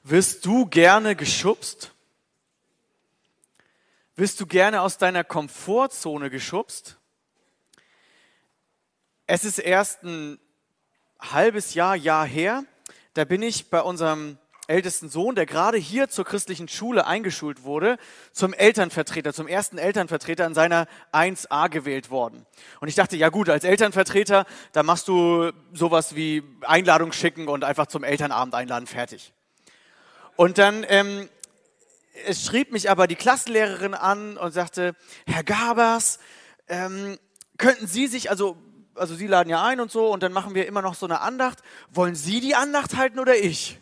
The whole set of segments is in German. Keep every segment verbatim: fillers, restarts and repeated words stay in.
Wirst du gerne geschubst? Wirst du gerne aus deiner Komfortzone geschubst? Es ist erst ein halbes Jahr, Jahr her, da bin ich bei unserem ältesten Sohn, der gerade hier zur christlichen Schule eingeschult wurde, zum Elternvertreter, zum ersten Elternvertreter in seiner eins a gewählt worden. Und ich dachte, ja gut, als Elternvertreter, da machst du sowas wie Einladung schicken und einfach zum Elternabend einladen, fertig. Und dann ähm, es schrieb mich aber die Klassenlehrerin an und sagte, Herr Gabers, ähm, könnten Sie sich, also, also Sie laden ja ein und so, und dann machen wir immer noch so eine Andacht. Wollen Sie die Andacht halten oder ich?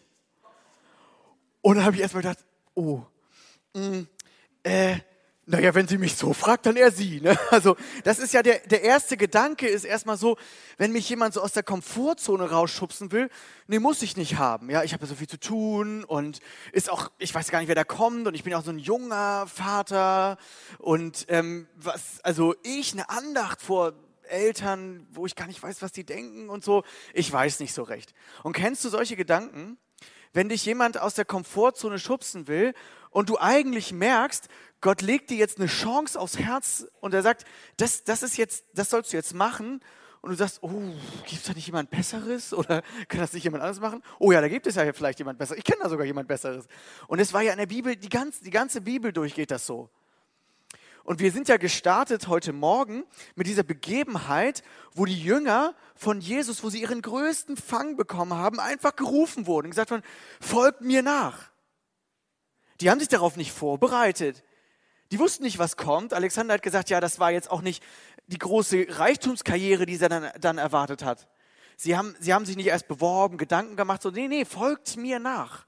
Und dann habe ich erstmal gedacht, oh, mh, äh, naja, wenn sie mich so fragt, dann eher sie. Ne? Also das ist ja der, der erste Gedanke ist erstmal so, wenn mich jemand so aus der Komfortzone rausschubsen will, nee, muss ich nicht haben. Ja, ich habe ja so viel zu tun und ist auch, ich weiß gar nicht, wer da kommt und ich bin auch so ein junger Vater und ähm, was, also ich, eine Andacht vor Eltern, wo ich gar nicht weiß, was die denken und so, ich weiß nicht so recht. Und kennst du solche Gedanken? Wenn dich jemand aus der Komfortzone schubsen will und du eigentlich merkst, Gott legt dir jetzt eine Chance aufs Herz und er sagt, das, das ist jetzt, das sollst du jetzt machen. Und du sagst, oh, gibt es da nicht jemand Besseres? Oder kann das nicht jemand anderes machen? Oh ja, da gibt es ja vielleicht jemand Besseres. Ich kenne da sogar jemand Besseres. Und es war ja in der Bibel, die ganze, die ganze Bibel durch geht das so. Und wir sind ja gestartet heute Morgen mit dieser Begebenheit, wo die Jünger von Jesus, wo sie ihren größten Fang bekommen haben, einfach gerufen wurden und gesagt haben, folgt mir nach. Die haben sich darauf nicht vorbereitet. Die wussten nicht, was kommt. Alexander hat gesagt, ja, das war jetzt auch nicht die große Reichtumskarriere, die sie dann, dann erwartet hat. Sie haben, sie haben sich nicht erst beworben, Gedanken gemacht, so, nee, nee, folgt mir nach.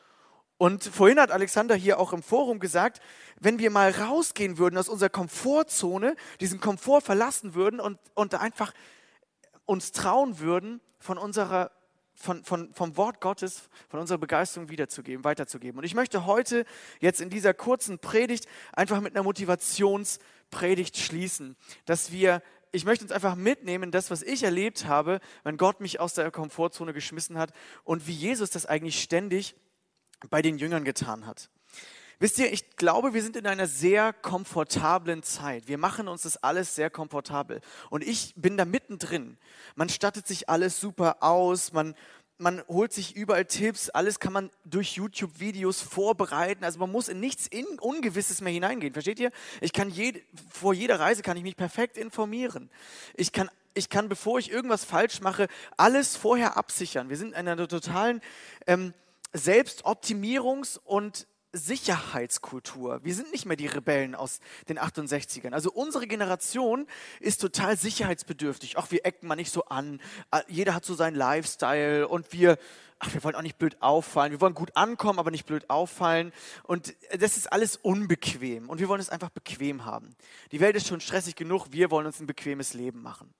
Und vorhin hat Alexander hier auch im Forum gesagt, wenn wir mal rausgehen würden aus unserer Komfortzone, diesen Komfort verlassen würden und, und einfach uns trauen würden, von unserer, von, von, vom Wort Gottes, von unserer Begeisterung wiederzugeben, weiterzugeben. Und ich möchte heute jetzt in dieser kurzen Predigt einfach mit einer Motivationspredigt schließen, dass wir, ich möchte uns einfach mitnehmen, das, was ich erlebt habe, wenn Gott mich aus der Komfortzone geschmissen hat und wie Jesus das eigentlich ständig bei den Jüngern getan hat. Wisst ihr, ich glaube, wir sind in einer sehr komfortablen Zeit. Wir machen uns das alles sehr komfortabel. Und ich bin da mittendrin. Man stattet sich alles super aus, man, man holt sich überall Tipps, alles kann man durch YouTube-Videos vorbereiten. Also man muss in nichts in Ungewisses mehr hineingehen. Versteht ihr? Ich kann jede, vor jeder Reise kann ich mich perfekt informieren. Ich kann Ich kann, bevor ich irgendwas falsch mache, alles vorher absichern. Wir sind in einer totalen ähm, Selbstoptimierungs- und Sicherheitskultur. Wir sind nicht mehr die Rebellen aus den achtundsechzigern. Also unsere Generation ist total sicherheitsbedürftig. Ach, wir ecken mal nicht so an. Jeder hat so seinen Lifestyle und wir, ach, wir wollen auch nicht blöd auffallen. Wir wollen gut ankommen, aber nicht blöd auffallen. Und das ist alles unbequem. Und wir wollen es einfach bequem haben. Die Welt ist schon stressig genug. Wir wollen uns ein bequemes Leben machen.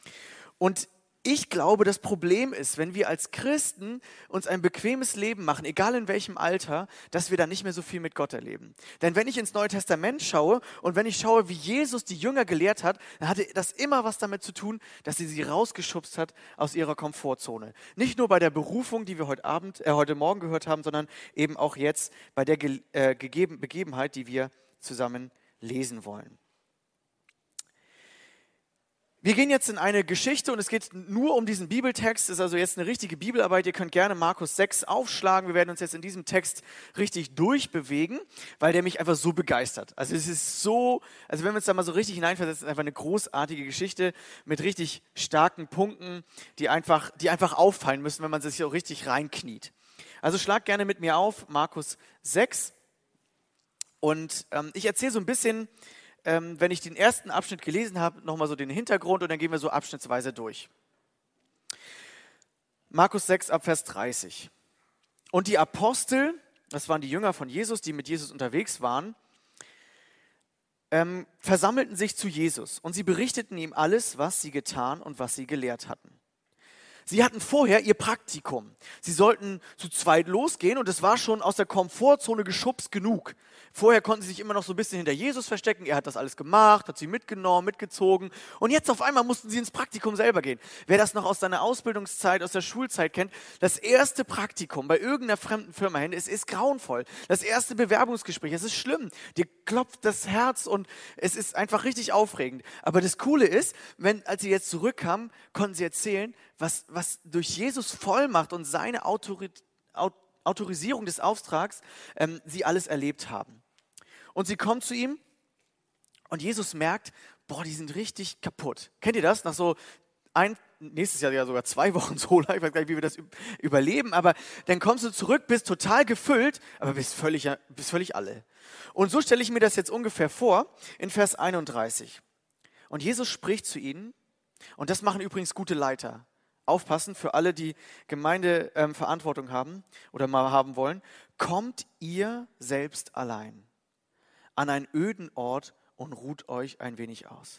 Und ich glaube, das Problem ist, wenn wir als Christen uns ein bequemes Leben machen, egal in welchem Alter, dass wir dann nicht mehr so viel mit Gott erleben. Denn wenn ich ins Neue Testament schaue und wenn ich schaue, wie Jesus die Jünger gelehrt hat, dann hatte das immer was damit zu tun, dass sie sie rausgeschubst hat aus ihrer Komfortzone. Nicht nur bei der Berufung, die wir heute Abend, äh, heute Morgen gehört haben, sondern eben auch jetzt bei der Ge- äh, gegeben, Begebenheit, die wir zusammen lesen wollen. Wir gehen jetzt in eine Geschichte und es geht nur um diesen Bibeltext. Es ist also jetzt eine richtige Bibelarbeit. Ihr könnt gerne Markus sechs aufschlagen. Wir werden uns jetzt in diesem Text richtig durchbewegen, weil der mich einfach so begeistert. Also es ist so, also wenn wir uns da mal so richtig hineinversetzen, ist es einfach eine großartige Geschichte mit richtig starken Punkten, die einfach, die einfach auffallen müssen, wenn man sich so richtig reinkniet. Also schlag gerne mit mir auf, Markus sechs. Und ähm, ich erzähle so ein bisschen, Ähm, wenn ich den ersten Abschnitt gelesen habe, nochmal so den Hintergrund und dann gehen wir so abschnittsweise durch. Markus sechs ab Vers dreißig. Und die Apostel, das waren die Jünger von Jesus, die mit Jesus unterwegs waren, ähm, versammelten sich zu Jesus und sie berichteten ihm alles, was sie getan und was sie gelehrt hatten. Sie hatten vorher ihr Praktikum. Sie sollten zu zweit losgehen und es war schon aus der Komfortzone geschubst genug. Vorher konnten sie sich immer noch so ein bisschen hinter Jesus verstecken. Er hat das alles gemacht, hat sie mitgenommen, mitgezogen. Und jetzt auf einmal mussten sie ins Praktikum selber gehen. Wer das noch aus seiner Ausbildungszeit, aus der Schulzeit kennt, das erste Praktikum bei irgendeiner fremden Firma hin, es ist grauenvoll. Das erste Bewerbungsgespräch, es ist schlimm. Dir klopft das Herz und es ist einfach richtig aufregend. Aber das Coole ist, wenn, als sie jetzt zurückkamen, konnten sie erzählen, was, was durch Jesus Vollmacht und seine Autorität, Autorisierung des Auftrags ähm, sie alles erlebt haben. Und sie kommen zu ihm und Jesus merkt, boah, die sind richtig kaputt. Kennt ihr das? Nach so ein, nächstes Jahr ja sogar zwei Wochen Sola, ich weiß gar nicht, wie wir das überleben, aber dann kommst du zurück, bist total gefüllt, aber bist völlig, bist völlig alle. Und so stelle ich mir das jetzt ungefähr vor in Vers einunddreißig. Und Jesus spricht zu ihnen, und das machen übrigens gute Leiter. Aufpassen für alle, die Gemeindeverantwortung ähm, haben oder mal haben wollen. Kommt ihr selbst allein an einen öden Ort und ruht euch ein wenig aus.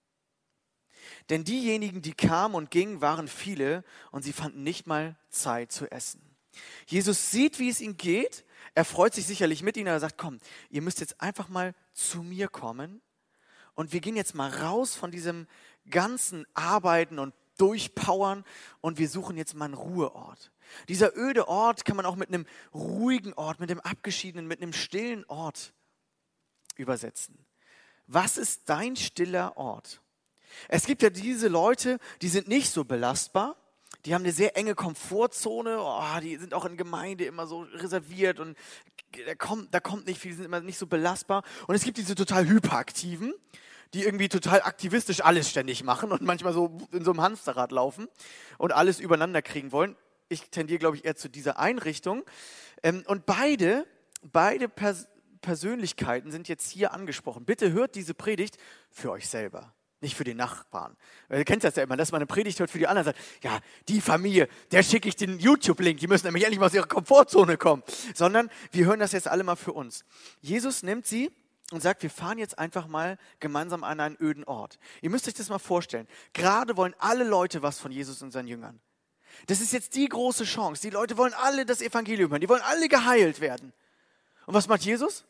Denn diejenigen, die kamen und gingen, waren viele und sie fanden nicht mal Zeit zu essen. Jesus sieht, wie es ihnen geht. Er freut sich sicherlich mit ihnen. Er sagt, komm, ihr müsst jetzt einfach mal zu mir kommen und wir gehen jetzt mal raus von diesem ganzen Arbeiten und Durchpowern und wir suchen jetzt mal einen Ruheort. Dieser öde Ort kann man auch mit einem ruhigen Ort, mit einem abgeschiedenen, mit einem stillen Ort übersetzen. Was ist dein stiller Ort? Es gibt ja diese Leute, die sind nicht so belastbar, die haben eine sehr enge Komfortzone, oh, die sind auch in Gemeinde immer so reserviert und da kommt, da kommt nicht viel, die sind immer nicht so belastbar. Und es gibt diese total hyperaktiven, die irgendwie total aktivistisch alles ständig machen und manchmal so in so einem Hamsterrad laufen und alles übereinander kriegen wollen. Ich tendiere, glaube ich, eher zu dieser Einrichtung. Und beide, beide Pers- Persönlichkeiten sind jetzt hier angesprochen. Bitte hört diese Predigt für euch selber, nicht für den Nachbarn. Ihr kennt das ja immer, dass man eine Predigt hört für die anderen und sagt, ja, die Familie, der schicke ich den YouTube-Link, die müssen nämlich endlich mal aus ihrer Komfortzone kommen. Sondern wir hören das jetzt alle mal für uns. Jesus nimmt sie und sagt, wir fahren jetzt einfach mal gemeinsam an einen öden Ort. Ihr müsst euch das mal vorstellen. Gerade wollen alle Leute was von Jesus und seinen Jüngern. Das ist jetzt die große Chance. Die Leute wollen alle das Evangelium hören. Die wollen alle geheilt werden. Und was macht Jesus?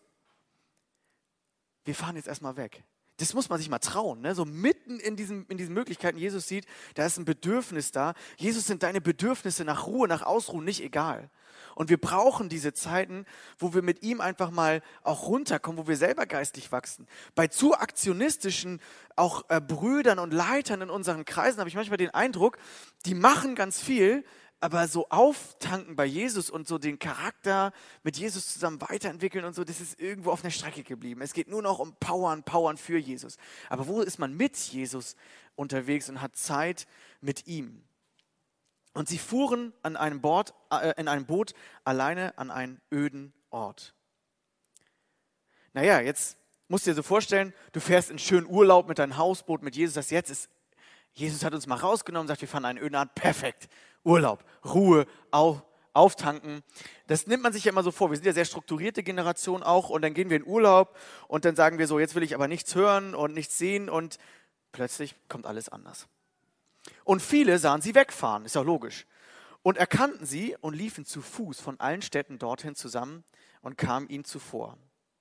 Wir fahren jetzt erstmal weg. Das muss man sich mal trauen, ne? So mitten in, diesem, in diesen Möglichkeiten, Jesus sieht, da ist ein Bedürfnis da. Jesus, sind deine Bedürfnisse nach Ruhe, nach Ausruhen nicht egal. Und wir brauchen diese Zeiten, wo wir mit ihm einfach mal auch runterkommen, wo wir selber geistlich wachsen. Bei zu aktionistischen auch äh, Brüdern und Leitern in unseren Kreisen habe ich manchmal den Eindruck, die machen ganz viel, aber so auftanken bei Jesus und so den Charakter mit Jesus zusammen weiterentwickeln und so, das ist irgendwo auf der Strecke geblieben. Es geht nur noch um Powern, Powern für Jesus. Aber wo ist man mit Jesus unterwegs und hat Zeit mit ihm? Und sie fuhren an einem Boot, äh, in einem Boot alleine an einen öden Ort. Naja, jetzt musst du dir so vorstellen, du fährst in schönen Urlaub mit deinem Hausboot mit Jesus. Das jetzt ist, Jesus hat uns mal rausgenommen, sagt, wir fahren an einen öden Ort. Perfekt, Urlaub, Ruhe, auf, auftanken. Das nimmt man sich ja immer so vor. Wir sind ja sehr strukturierte Generation auch und dann gehen wir in Urlaub und dann sagen wir so, jetzt will ich aber nichts hören und nichts sehen und plötzlich kommt alles anders. Und viele sahen sie wegfahren, ist ja logisch, und erkannten sie und liefen zu Fuß von allen Städten dorthin zusammen und kamen ihnen zuvor.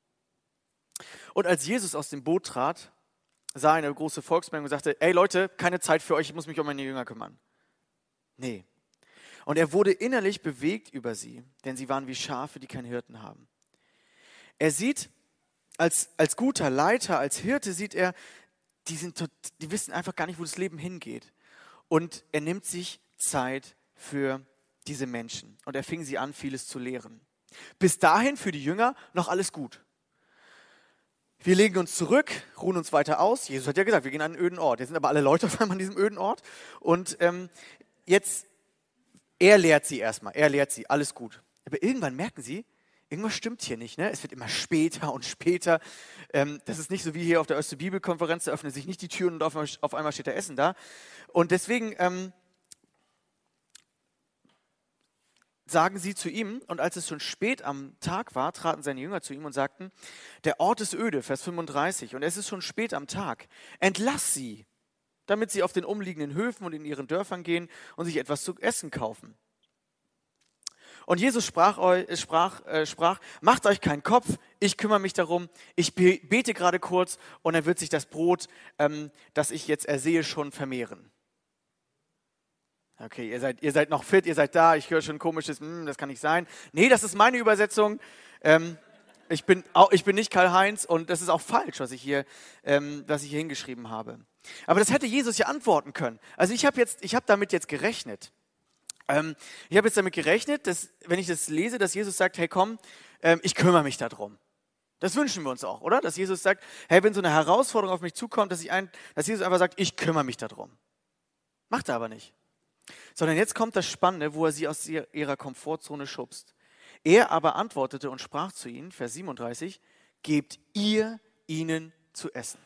Und als Jesus aus dem Boot trat, sah er eine große Volksmenge und sagte, ey Leute, keine Zeit für euch, ich muss mich um meine Jünger kümmern. Nee. Und er wurde innerlich bewegt über sie, denn sie waren wie Schafe, die keinen Hirten haben. Er sieht, als, als guter Leiter, als Hirte sieht er, die, sind tot, die wissen einfach gar nicht, wo das Leben hingeht. Und er nimmt sich Zeit für diese Menschen. Und er fing sie an, vieles zu lehren. Bis dahin für die Jünger noch alles gut. Wir legen uns zurück, ruhen uns weiter aus. Jesus hat ja gesagt, wir gehen an einen öden Ort. Jetzt sind aber alle Leute auf einmal an diesem öden Ort. Und ähm, jetzt, er lehrt sie erstmal. Er lehrt sie, alles gut. Aber irgendwann merken sie, irgendwas stimmt hier nicht. Ne? Es wird immer später und später. Ähm, das ist nicht so wie hier auf der Öste-Bibel-Konferenz, da öffnen sich nicht die Türen und auf, auf einmal steht da Essen da. Und deswegen ähm, sagen sie zu ihm, und als es schon spät am Tag war, traten seine Jünger zu ihm und sagten, der Ort ist öde, Vers fünfunddreißig, und es ist schon spät am Tag. Entlass sie damit sie auf den umliegenden Höfen und in ihren Dörfern gehen und sich etwas zu essen kaufen. Und Jesus sprach, eu- sprach, äh, sprach, macht euch keinen Kopf, ich kümmere mich darum, ich be- bete gerade kurz und dann wird sich das Brot, ähm, das ich jetzt ersehe, schon vermehren. Okay, ihr seid, ihr seid noch fit, ihr seid da, ich höre schon komisches, hm, das kann nicht sein. Nee, das ist meine Übersetzung. Ähm, ich, bin, auch, ich bin nicht Karl-Heinz und das ist auch falsch, was ich hier, ähm, was ich hier hingeschrieben habe. Aber das hätte Jesus ja antworten können. Also ich habe jetzt, ich habe damit jetzt gerechnet. Ähm, ich habe jetzt damit gerechnet, dass, wenn ich das lese, dass Jesus sagt, hey komm, ähm, ich kümmere mich darum. Das wünschen wir uns auch, oder? Dass Jesus sagt, hey, wenn so eine Herausforderung auf mich zukommt, dass, ich ein, dass Jesus einfach sagt, ich kümmere mich darum. Macht er aber nicht. Sondern jetzt kommt das Spannende, wo er sie aus ihrer Komfortzone schubst. Er aber antwortete und sprach zu ihnen, Vers siebenunddreißig, gebt ihr ihnen zu essen.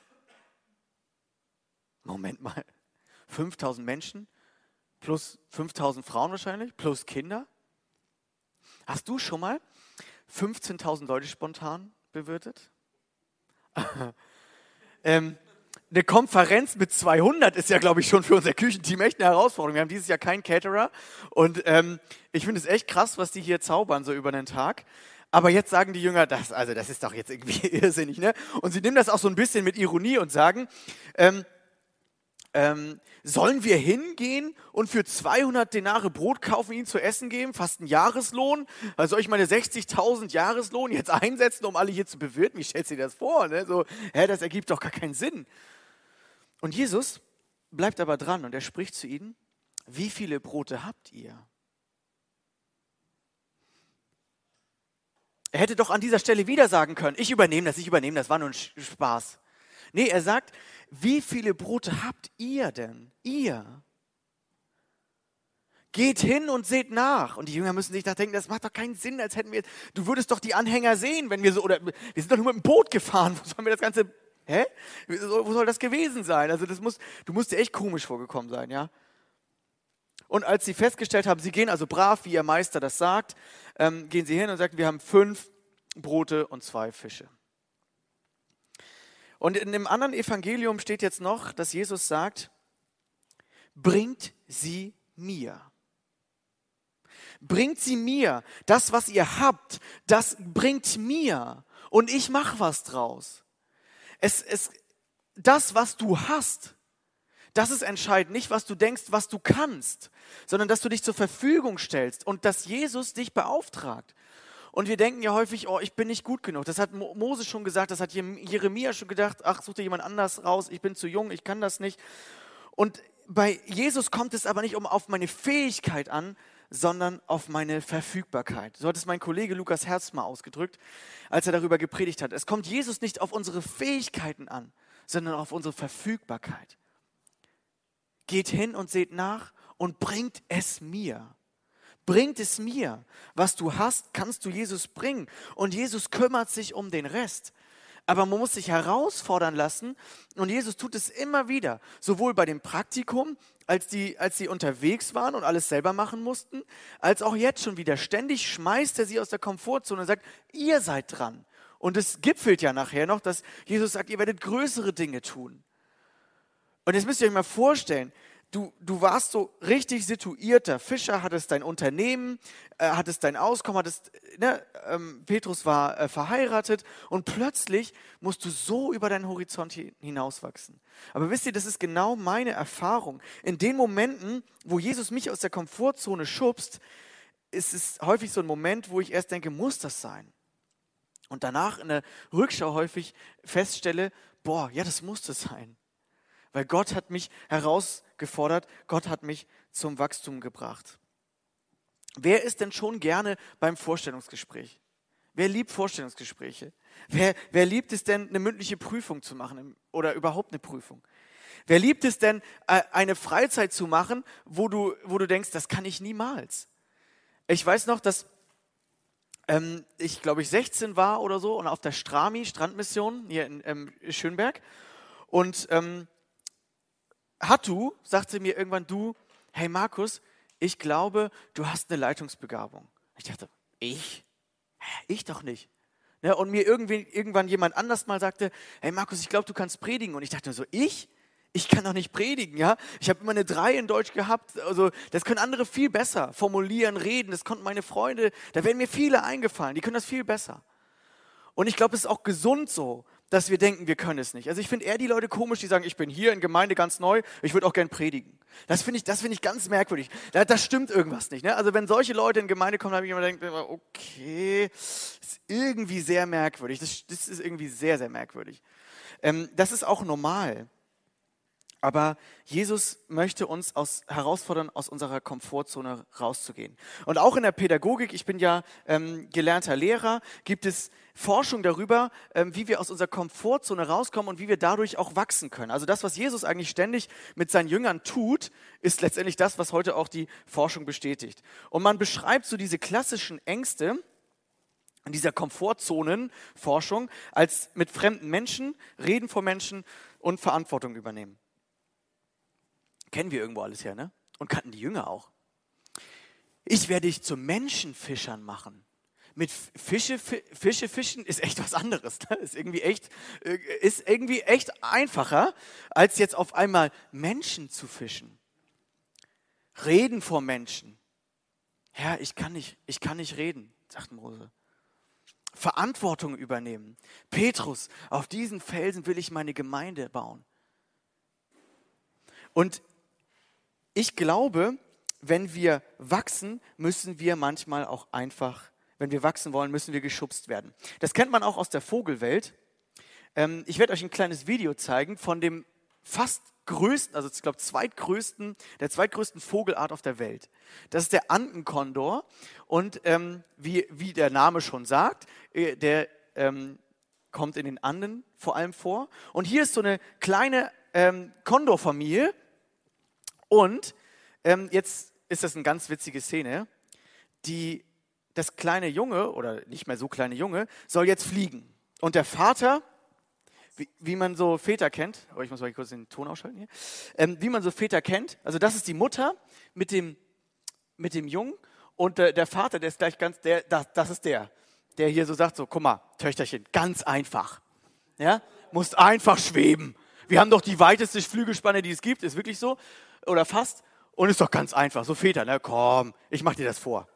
Moment mal, fünftausend Menschen? Plus fünftausend Frauen wahrscheinlich, plus Kinder. Hast du schon mal fünfzehntausend Leute spontan bewirtet? ähm, eine Konferenz mit zweihundert ist ja, glaube ich, schon für unser Küchenteam echt eine Herausforderung. Wir haben dieses Jahr keinen Caterer und ähm, ich finde es echt krass, was die hier zaubern so über den Tag. Aber jetzt sagen die Jünger, das, also das ist doch jetzt irgendwie irrsinnig, ne? Und sie nehmen das auch so ein bisschen mit Ironie und sagen, ähm, Ähm, sollen wir hingehen und für zweihundert Denare Brot kaufen, ihnen zu essen geben, fast einen Jahreslohn? Also soll ich meine sechzigtausend Jahreslohn jetzt einsetzen, um alle hier zu bewirten? Wie stellst du dir das vor? Ne? So, hä, das ergibt doch gar keinen Sinn. Und Jesus bleibt aber dran und er spricht zu ihnen, wie viele Brote habt ihr? Er hätte doch an dieser Stelle wieder sagen können, ich übernehme das, ich übernehme das, war nur ein Spaß. Nee, er sagt, wie viele Brote habt ihr denn? Ihr. Geht hin und seht nach. Und die Jünger müssen sich da denken, das macht doch keinen Sinn, als hätten wir, du würdest doch die Anhänger sehen, wenn wir so, oder wir sind doch nur mit dem Boot gefahren, wo sollen wir das Ganze, hä? Wo soll das gewesen sein? Also das muss, du musst dir echt komisch vorgekommen sein, ja? Und als sie festgestellt haben, sie gehen also brav, wie ihr Meister das sagt, ähm, gehen sie hin und sagen, wir haben fünf Brote und zwei Fische. Und in dem anderen Evangelium steht jetzt noch, dass Jesus sagt, bringt sie mir. Bringt sie mir. Das, was ihr habt, das bringt mir. Und ich mache was draus. Es, es, das, was du hast, das ist entscheidend. Nicht, was du denkst, was du kannst, sondern dass du dich zur Verfügung stellst und dass Jesus dich beauftragt. Und wir denken ja häufig, oh, ich bin nicht gut genug. Das hat Mose schon gesagt, das hat Jeremia schon gedacht, ach, such dir jemand anders raus, ich bin zu jung, ich kann das nicht. Und bei Jesus kommt es aber nicht um auf meine Fähigkeit an, sondern auf meine Verfügbarkeit. So hat es mein Kollege Lukas Herz mal ausgedrückt, als er darüber gepredigt hat. Es kommt Jesus nicht auf unsere Fähigkeiten an, sondern auf unsere Verfügbarkeit. Geht hin und seht nach und bringt es mir. Bringt es mir. Was du hast, kannst du Jesus bringen. Und Jesus kümmert sich um den Rest. Aber man muss sich herausfordern lassen und Jesus tut es immer wieder. Sowohl bei dem Praktikum, als die, als sie unterwegs waren und alles selber machen mussten, als auch jetzt schon wieder. Ständig schmeißt er sie aus der Komfortzone und sagt, ihr seid dran. Und es gipfelt ja nachher noch, dass Jesus sagt, ihr werdet größere Dinge tun. Und jetzt müsst ihr euch mal vorstellen, Du, du warst so richtig situierter Fischer, hattest dein Unternehmen, äh, hattest dein Auskommen, hattest, ne, ähm, Petrus war äh, verheiratet und plötzlich musst du so über deinen Horizont hinauswachsen. Aber wisst ihr, das ist genau meine Erfahrung. In den Momenten, wo Jesus mich aus der Komfortzone schubst, ist es häufig so ein Moment, wo ich erst denke, muss das sein? Und danach in der Rückschau häufig feststelle, boah, ja, das muss das sein. Weil Gott hat mich herausgefordert, Gott hat mich zum Wachstum gebracht. Wer ist denn schon gerne beim Vorstellungsgespräch? Wer liebt Vorstellungsgespräche? Wer, wer liebt es denn, eine mündliche Prüfung zu machen oder überhaupt eine Prüfung? Wer liebt es denn, eine Freizeit zu machen, wo du, wo du denkst, das kann ich niemals? Ich weiß noch, dass ähm, ich, glaube ich, sechzehn war oder so und auf der Strami, Strandmission hier in ähm, Schönberg und ähm, Hattu sagte mir irgendwann, du, hey Markus, ich glaube, du hast eine Leitungsbegabung. Ich dachte, ich? Ich doch nicht. Ne, und mir irgendwie, irgendwann jemand anders mal sagte, hey Markus, ich glaube, du kannst predigen. Und ich dachte so, ich? Ich kann doch nicht predigen, ja? Ich habe immer eine drei in Deutsch gehabt. Also das können andere viel besser formulieren, reden. Das konnten meine Freunde, da wären mir viele eingefallen. Die können das viel besser. Und ich glaube, es ist auch gesund so, dass wir denken, wir können es nicht. Also ich finde eher die Leute komisch, die sagen, ich bin hier in Gemeinde ganz neu, ich würde auch gern predigen. Das finde ich, das finde ich ganz merkwürdig. Da, da stimmt irgendwas nicht. Ne? Also wenn solche Leute in Gemeinde kommen, habe ich immer gedacht, okay, das ist irgendwie sehr merkwürdig. Das, das ist irgendwie sehr, sehr merkwürdig. Ähm, das ist auch normal. Aber Jesus möchte uns aus, herausfordern, aus unserer Komfortzone rauszugehen. Und auch in der Pädagogik, ich bin ja ähm, gelernter Lehrer, gibt es Forschung darüber, ähm, wie wir aus unserer Komfortzone rauskommen und wie wir dadurch auch wachsen können. Also das, was Jesus eigentlich ständig mit seinen Jüngern tut, ist letztendlich das, was heute auch die Forschung bestätigt. Und man beschreibt so diese klassischen Ängste in dieser Komfortzonenforschung als mit fremden Menschen, reden vor Menschen und Verantwortung übernehmen. Kennen wir irgendwo alles her, ne? Und kannten die Jünger auch. Ich werde dich zu Menschenfischern machen. Mit Fische, Fische fischen ist echt was anderes. Ne? Ist irgendwie echt, ist irgendwie echt einfacher, als jetzt auf einmal Menschen zu fischen. Reden vor Menschen. Herr, ich kann nicht, ich kann nicht reden, sagt Mose. Verantwortung übernehmen. Petrus, auf diesen Felsen will ich meine Gemeinde bauen. Und ich glaube, wenn wir wachsen, müssen wir manchmal auch einfach, wenn wir wachsen wollen, müssen wir geschubst werden. Das kennt man auch aus der Vogelwelt. Ähm, ich werde euch ein kleines Video zeigen von dem fast größten, also ich glaube zweitgrößten, der zweitgrößten Vogelart auf der Welt. Das ist der Andenkondor und ähm, wie, wie der Name schon sagt, äh, der ähm, kommt in den Anden vor allem vor. Und hier ist so eine kleine ähm, Kondorfamilie. Und ähm, jetzt ist das eine ganz witzige Szene. Die, das kleine Junge, oder nicht mehr so kleine Junge, soll jetzt fliegen. Und der Vater, wie, wie man so Väter kennt, oh, ich muss mal kurz den Ton ausschalten hier, ähm, wie man so Väter kennt, also das ist die Mutter mit dem, mit dem Jungen und der, der Vater, der ist gleich ganz, der, das, das ist der, der hier so sagt, so, guck mal, Töchterchen, ganz einfach, ja, musst einfach schweben. Wir haben doch die weiteste Flügelspanne, die es gibt, ist wirklich so. Oder fast. Und ist doch ganz einfach. So Väter, ne? Komm, ich mach dir das vor.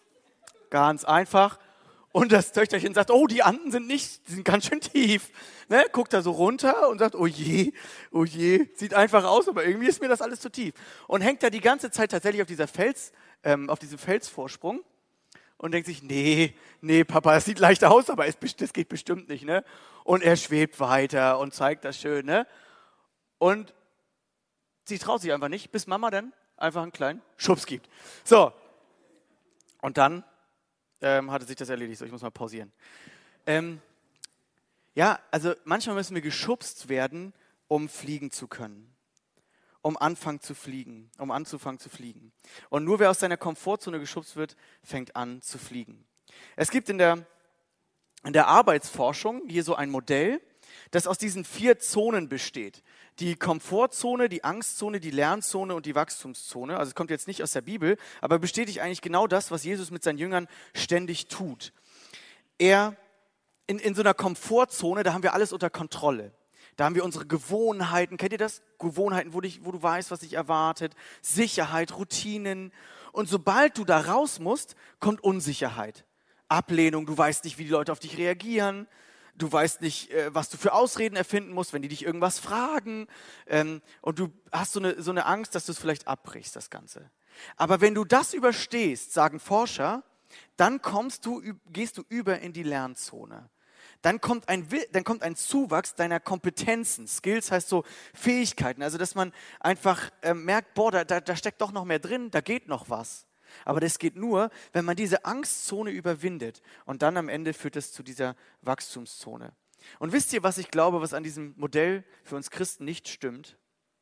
Ganz einfach. Und das Töchterchen sagt, oh, die Anden sind nicht, die sind ganz schön tief. Ne? Guckt da so runter und sagt, oh je, oh je. Sieht einfach aus, aber irgendwie ist mir das alles zu tief. Und hängt da die ganze Zeit tatsächlich auf dieser Fels, ähm, auf diesem Felsvorsprung und denkt sich, nee, nee, Papa, das sieht leicht aus, aber es, das geht bestimmt nicht. Ne? Und er schwebt weiter und zeigt das schön. Ne? Und sie traut sich einfach nicht, bis Mama dann einfach einen kleinen Schubs gibt. So, und dann ähm, hatte sich das erledigt. So, ich muss mal pausieren. Ähm, ja, also manchmal müssen wir geschubst werden, um fliegen zu können. Um anfangen zu fliegen, um anzufangen zu fliegen. Und nur wer aus seiner Komfortzone geschubst wird, fängt an zu fliegen. Es gibt in der, in der Arbeitsforschung hier so ein Modell, das aus diesen vier Zonen besteht. Die Komfortzone, die Angstzone, die Lernzone und die Wachstumszone. Also es kommt jetzt nicht aus der Bibel, aber bestätigt eigentlich genau das, was Jesus mit seinen Jüngern ständig tut. Er, in, in so einer Komfortzone, da haben wir alles unter Kontrolle. Da haben wir unsere Gewohnheiten. Kennt ihr das? Gewohnheiten, wo, dich, wo du weißt, was dich erwartet. Sicherheit, Routinen. Und sobald du da raus musst, kommt Unsicherheit. Ablehnung, du weißt nicht, wie die Leute auf dich reagieren. Du weißt nicht, was du für Ausreden erfinden musst, wenn die dich irgendwas fragen. Und du hast so eine, so eine Angst, dass du es vielleicht abbrichst, das Ganze. Aber wenn du das überstehst, sagen Forscher, dann kommst du, gehst du über in die Lernzone. Dann kommt ein, dann kommt ein Zuwachs deiner Kompetenzen. Skills heißt so Fähigkeiten. Also dass man einfach merkt, boah, da, da, da steckt doch noch mehr drin, da geht noch was. Aber das geht nur, wenn man diese Angstzone überwindet. Und dann am Ende führt es zu dieser Wachstumszone. Und wisst ihr, was ich glaube, was an diesem Modell für uns Christen nicht stimmt?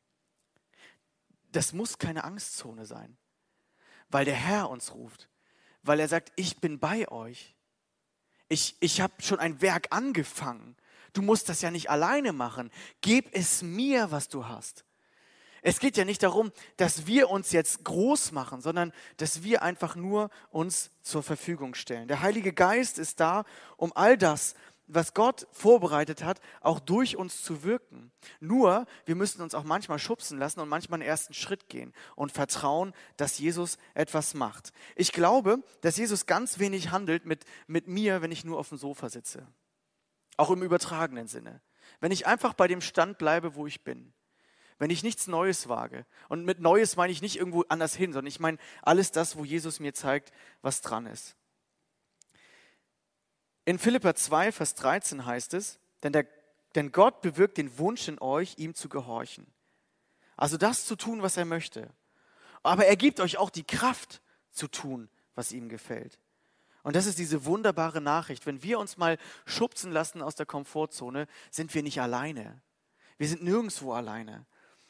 Das muss keine Angstzone sein, weil der Herr uns ruft. Weil er sagt, ich bin bei euch. Ich, ich habe schon ein Werk angefangen. Du musst das ja nicht alleine machen. Gib es mir, was du hast. Es geht ja nicht darum, dass wir uns jetzt groß machen, sondern dass wir einfach nur uns zur Verfügung stellen. Der Heilige Geist ist da, um all das, was Gott vorbereitet hat, auch durch uns zu wirken. Nur, wir müssen uns auch manchmal schubsen lassen und manchmal einen ersten Schritt gehen und vertrauen, dass Jesus etwas macht. Ich glaube, dass Jesus ganz wenig handelt mit, mit mir, wenn ich nur auf dem Sofa sitze. Auch im übertragenen Sinne. Wenn ich einfach bei dem Stand bleibe, wo ich bin. Wenn ich nichts Neues wage. Und mit Neues meine ich nicht irgendwo anders hin, sondern ich meine alles das, wo Jesus mir zeigt, was dran ist. In Philipper zwei, Vers dreizehn heißt es, denn, der, denn Gott bewirkt den Wunsch in euch, ihm zu gehorchen. Also das zu tun, was er möchte. Aber er gibt euch auch die Kraft zu tun, was ihm gefällt. Und das ist diese wunderbare Nachricht. Wenn wir uns mal schubsen lassen aus der Komfortzone, sind wir nicht alleine. Wir sind nirgendwo alleine.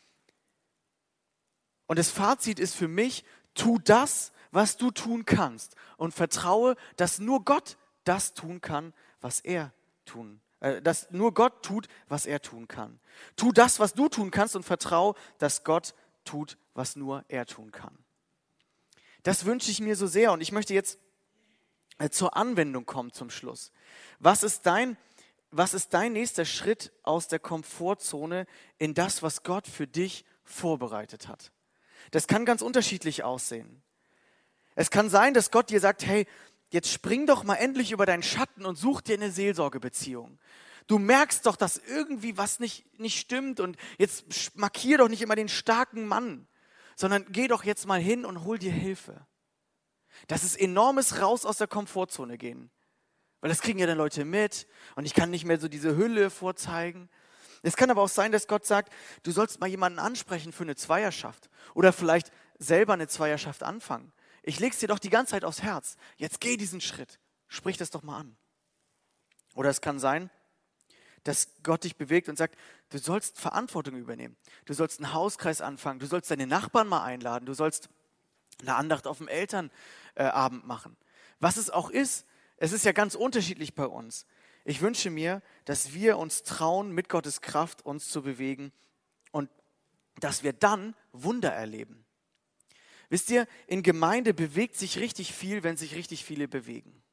Und das Fazit ist für mich, tu das, was du tun kannst und vertraue, dass nur Gott das tun kann, was er tun, äh, dass nur Gott tut, was er tun kann. Tu das, was du tun kannst und vertraue, dass Gott tut, was nur er tun kann. Das wünsche ich mir so sehr und ich möchte jetzt äh, zur Anwendung kommen zum Schluss. Was ist dein, was ist dein nächster Schritt aus der Komfortzone in das, was Gott für dich vorbereitet hat? Das kann ganz unterschiedlich aussehen. Es kann sein, dass Gott dir sagt, hey, jetzt spring doch mal endlich über deinen Schatten und such dir eine Seelsorgebeziehung. Du merkst doch, dass irgendwie was nicht, nicht stimmt und jetzt markier doch nicht immer den starken Mann, sondern geh doch jetzt mal hin und hol dir Hilfe. Das ist enormes Raus aus der Komfortzone gehen, weil das kriegen ja dann Leute mit und ich kann nicht mehr so diese Hülle vorzeigen. Es kann aber auch sein, dass Gott sagt, du sollst mal jemanden ansprechen für eine Zweierschaft oder vielleicht selber eine Zweierschaft anfangen. Ich leg's dir doch die ganze Zeit aufs Herz. Jetzt geh diesen Schritt. Sprich das doch mal an. Oder es kann sein, dass Gott dich bewegt und sagt, du sollst Verantwortung übernehmen. Du sollst einen Hauskreis anfangen. Du sollst deine Nachbarn mal einladen. Du sollst eine Andacht auf dem Elternabend machen. Was es auch ist, es ist ja ganz unterschiedlich bei uns. Ich wünsche mir, dass wir uns trauen, mit Gottes Kraft uns zu bewegen und dass wir dann Wunder erleben. Wisst ihr, in Gemeinde bewegt sich richtig viel, wenn sich richtig viele bewegen.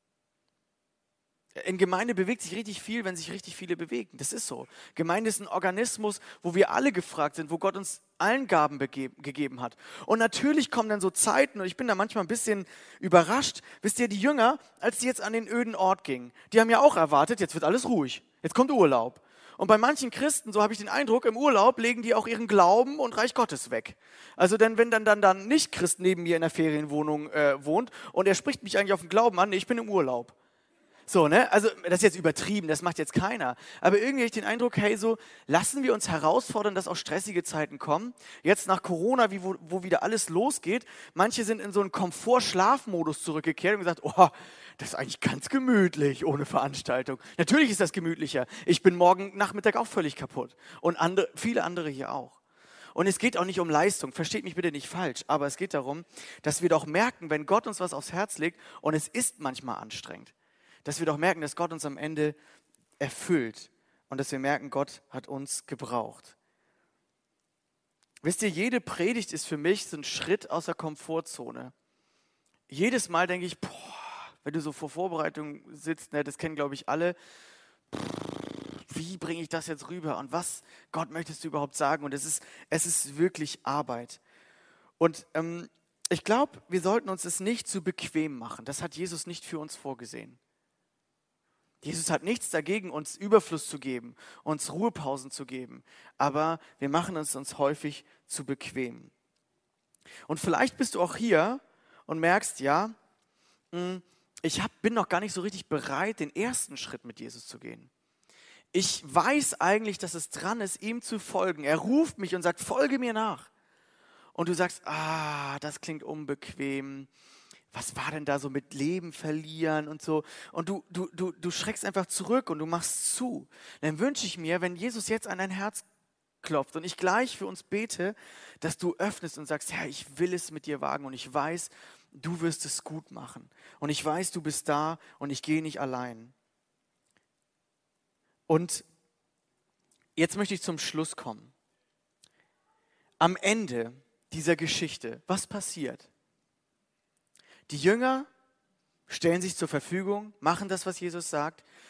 In Gemeinde bewegt sich richtig viel, wenn sich richtig viele bewegen. Das ist so. Gemeinde ist ein Organismus, wo wir alle gefragt sind, wo Gott uns allen Gaben begeben, gegeben hat. Und natürlich kommen dann so Zeiten, und ich bin da manchmal ein bisschen überrascht, wisst ihr, die Jünger, als die jetzt an den öden Ort gingen, die haben ja auch erwartet, jetzt wird alles ruhig, jetzt kommt Urlaub. Und bei manchen Christen, so habe ich den Eindruck, im Urlaub legen die auch ihren Glauben und Reich Gottes weg. Also denn wenn dann dann dann nicht Christ neben mir in der Ferienwohnung äh, wohnt und er spricht mich eigentlich auf den Glauben an, nee, ich bin im Urlaub. So, ne? Also das ist jetzt übertrieben, das macht jetzt keiner. Aber irgendwie habe ich den Eindruck, hey, so lassen wir uns herausfordern, dass auch stressige Zeiten kommen. Jetzt nach Corona, wie, wo, wo wieder alles losgeht, manche sind in so einen Komfort-Schlafmodus zurückgekehrt und gesagt, oh, das ist eigentlich ganz gemütlich ohne Veranstaltung. Natürlich ist das gemütlicher. Ich bin morgen Nachmittag auch völlig kaputt. Und andere, viele andere hier auch. Und es geht auch nicht um Leistung, versteht mich bitte nicht falsch, aber es geht darum, dass wir doch merken, wenn Gott uns was aufs Herz legt, und es ist manchmal anstrengend, dass wir doch merken, dass Gott uns am Ende erfüllt und dass wir merken, Gott hat uns gebraucht. Wisst ihr, jede Predigt ist für mich so ein Schritt aus der Komfortzone. Jedes Mal denke ich, boah, wenn du so vor Vorbereitung sitzt, ne, das kennen glaube ich alle, wie bringe ich das jetzt rüber und was, Gott, möchtest du überhaupt sagen? Und es ist, es ist wirklich Arbeit. Und ähm, ich glaube, wir sollten uns es nicht zu bequem machen. Das hat Jesus nicht für uns vorgesehen. Jesus hat nichts dagegen, uns Überfluss zu geben, uns Ruhepausen zu geben, aber wir machen es uns häufig zu bequem. Und vielleicht bist du auch hier und merkst, ja, ich hab, bin noch gar nicht so richtig bereit, den ersten Schritt mit Jesus zu gehen. Ich weiß eigentlich, dass es dran ist, ihm zu folgen. Er ruft mich und sagt, folge mir nach. Und du sagst, ah, das klingt unbequem. Was war denn da so mit Leben verlieren und so? Und du, du, du, du schreckst einfach zurück und du machst zu. Dann wünsche ich mir, wenn Jesus jetzt an dein Herz klopft und ich gleich für uns bete, dass du öffnest und sagst, Herr, ich will es mit dir wagen und ich weiß, du wirst es gut machen. Und ich weiß, du bist da und ich gehe nicht allein. Und jetzt möchte ich zum Schluss kommen. Am Ende dieser Geschichte, was passiert? Die Jünger stellen sich zur Verfügung, machen das, was Jesus sagt,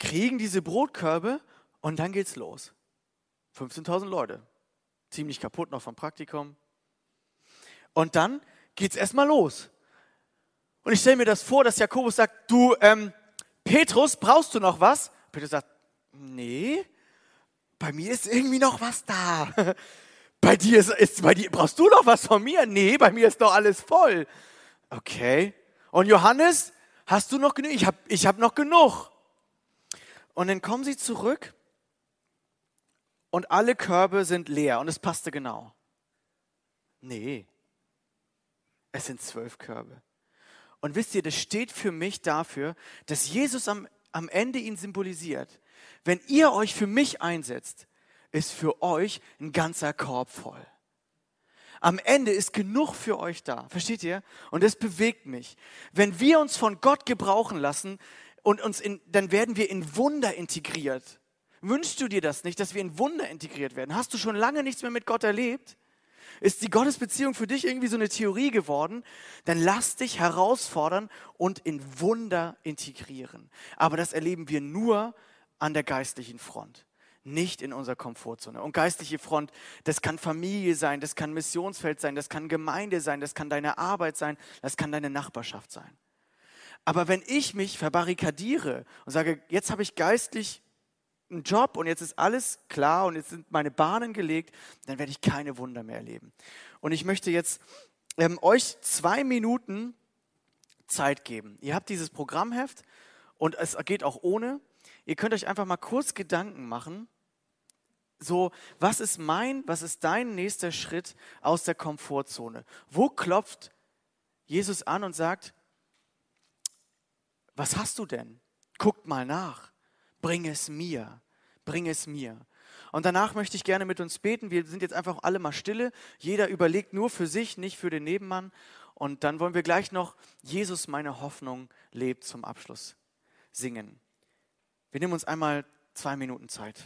kriegen diese Brotkörbe und dann geht's los. fünfzehntausend Leute. Ziemlich kaputt noch vom Praktikum. Und dann geht's erstmal los. Und ich stelle mir das vor, dass Jakobus sagt, du, ähm, Petrus, brauchst du noch was? Petrus sagt, nee, bei mir ist irgendwie noch was da. Bei dir ist, ist bei dir, brauchst du noch was von mir? Nee, bei mir ist doch alles voll. Okay. Und Johannes, hast du noch genug? Ich habe ich hab noch genug. Und dann kommen sie zurück und alle Körbe sind leer und es passte genau. Nee, es sind zwölf Körbe. Und wisst ihr, das steht für mich dafür, dass Jesus am, am Ende ihn symbolisiert. Wenn ihr euch für mich einsetzt, ist für euch ein ganzer Korb voll. Am Ende ist genug für euch da. Versteht ihr? Und das bewegt mich. Wenn wir uns von Gott gebrauchen lassen, und uns in, dann werden wir in Wunder integriert. Wünschst du dir das nicht, dass wir in Wunder integriert werden? Hast du schon lange nichts mehr mit Gott erlebt? Ist die Gottesbeziehung für dich irgendwie so eine Theorie geworden? Dann lass dich herausfordern und in Wunder integrieren. Aber das erleben wir nur an der geistlichen Front, nicht in unserer Komfortzone. Und geistliche Front, das kann Familie sein, das kann Missionsfeld sein, das kann Gemeinde sein, das kann deine Arbeit sein, das kann deine Nachbarschaft sein. Aber wenn ich mich verbarrikadiere und sage, jetzt habe ich geistlich einen Job und jetzt ist alles klar und jetzt sind meine Bahnen gelegt, dann werde ich keine Wunder mehr erleben. Und ich möchte jetzt ähm, euch zwei Minuten Zeit geben. Ihr habt dieses Programmheft und es geht auch ohne. Ihr könnt euch einfach mal kurz Gedanken machen, so, was ist mein, was ist dein nächster Schritt aus der Komfortzone? Wo klopft Jesus an und sagt, was hast du denn? Guckt mal nach. Bring es mir. Bring es mir. Und danach möchte ich gerne mit uns beten. Wir sind jetzt einfach alle mal stille. Jeder überlegt nur für sich, nicht für den Nebenmann. Und dann wollen wir gleich noch Jesus, meine Hoffnung lebt zum Abschluss singen. Wir nehmen uns einmal zwei Minuten Zeit.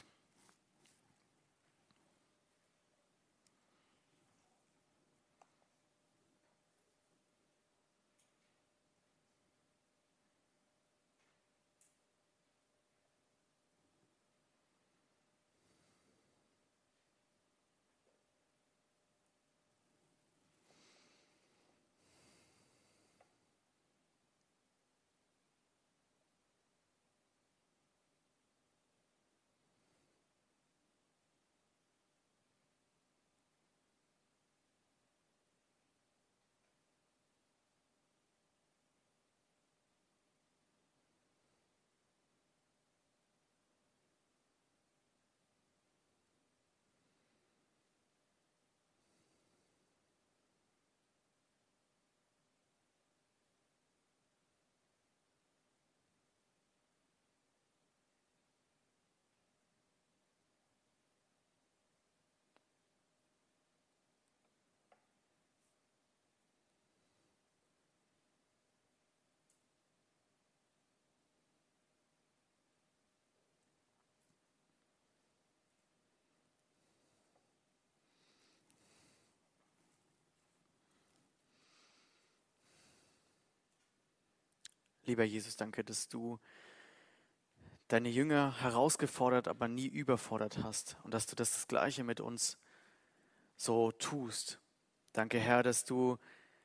Lieber Jesus, danke, dass du deine Jünger herausgefordert, aber nie überfordert hast und dass du das, das Gleiche mit uns so tust. Danke, Herr, dass du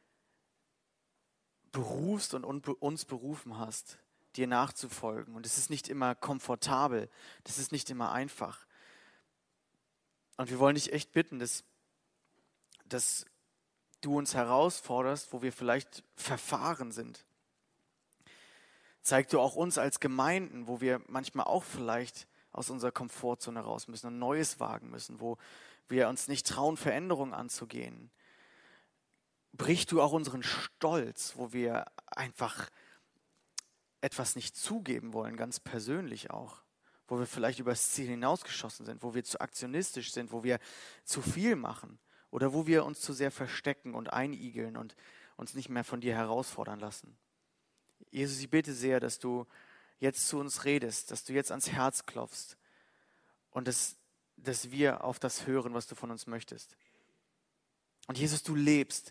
berufst und uns berufen hast, dir nachzufolgen. Und es ist nicht immer komfortabel, das ist nicht immer einfach. Und wir wollen dich echt bitten, dass, dass du uns herausforderst, wo wir vielleicht verfahren sind. Zeig du auch uns als Gemeinden, wo wir manchmal auch vielleicht aus unserer Komfortzone raus müssen und Neues wagen müssen, wo wir uns nicht trauen, Veränderungen anzugehen. Brich du auch unseren Stolz, wo wir einfach etwas nicht zugeben wollen, ganz persönlich auch, wo wir vielleicht übers Ziel hinausgeschossen sind, wo wir zu aktionistisch sind, wo wir zu viel machen oder wo wir uns zu sehr verstecken und einigeln und uns nicht mehr von dir herausfordern lassen. Jesus, ich bitte sehr, dass du jetzt zu uns redest, dass du jetzt ans Herz klopfst und dass, dass wir auf das hören, was du von uns möchtest. Und Jesus, du lebst.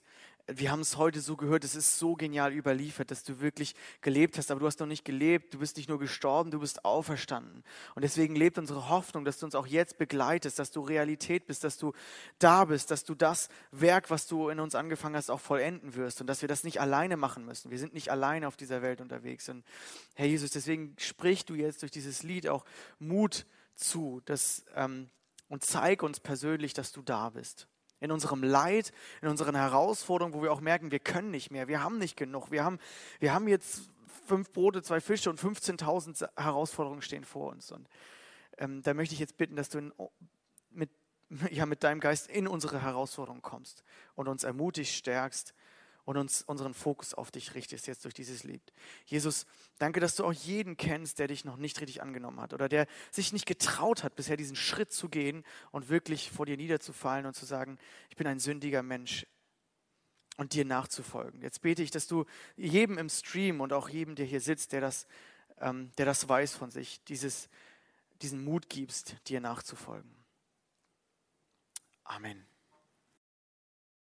wir haben es heute so gehört, es ist so genial überliefert, dass du wirklich gelebt hast, aber du hast noch nicht gelebt, du bist nicht nur gestorben, du bist auferstanden. Und deswegen lebt unsere Hoffnung, dass du uns auch jetzt begleitest, dass du Realität bist, dass du da bist, dass du das Werk, was du in uns angefangen hast, auch vollenden wirst und dass wir das nicht alleine machen müssen. Wir sind nicht alleine auf dieser Welt unterwegs. Und Herr Jesus, deswegen sprich du jetzt durch dieses Lied auch Mut zu, dass, ähm, und zeig uns persönlich, dass du da bist. In unserem Leid, in unseren Herausforderungen, wo wir auch merken, wir können nicht mehr, wir haben nicht genug. Wir haben, wir haben jetzt fünf Brote, zwei Fische und fünfzehntausend Herausforderungen stehen vor uns. Und ähm, da möchte ich jetzt bitten, dass du in, mit, ja, mit deinem Geist in unsere Herausforderungen kommst und uns ermutigst, stärkst und uns unseren Fokus auf dich richtest jetzt durch dieses Lied. Jesus, danke, dass du auch jeden kennst, der dich noch nicht richtig angenommen hat oder der sich nicht getraut hat, bisher diesen Schritt zu gehen und wirklich vor dir niederzufallen und zu sagen, ich bin ein sündiger Mensch und dir nachzufolgen. Jetzt bete ich, dass du jedem im Stream und auch jedem, der hier sitzt, der das, ähm, der das weiß von sich, dieses, diesen Mut gibst, dir nachzufolgen. Amen.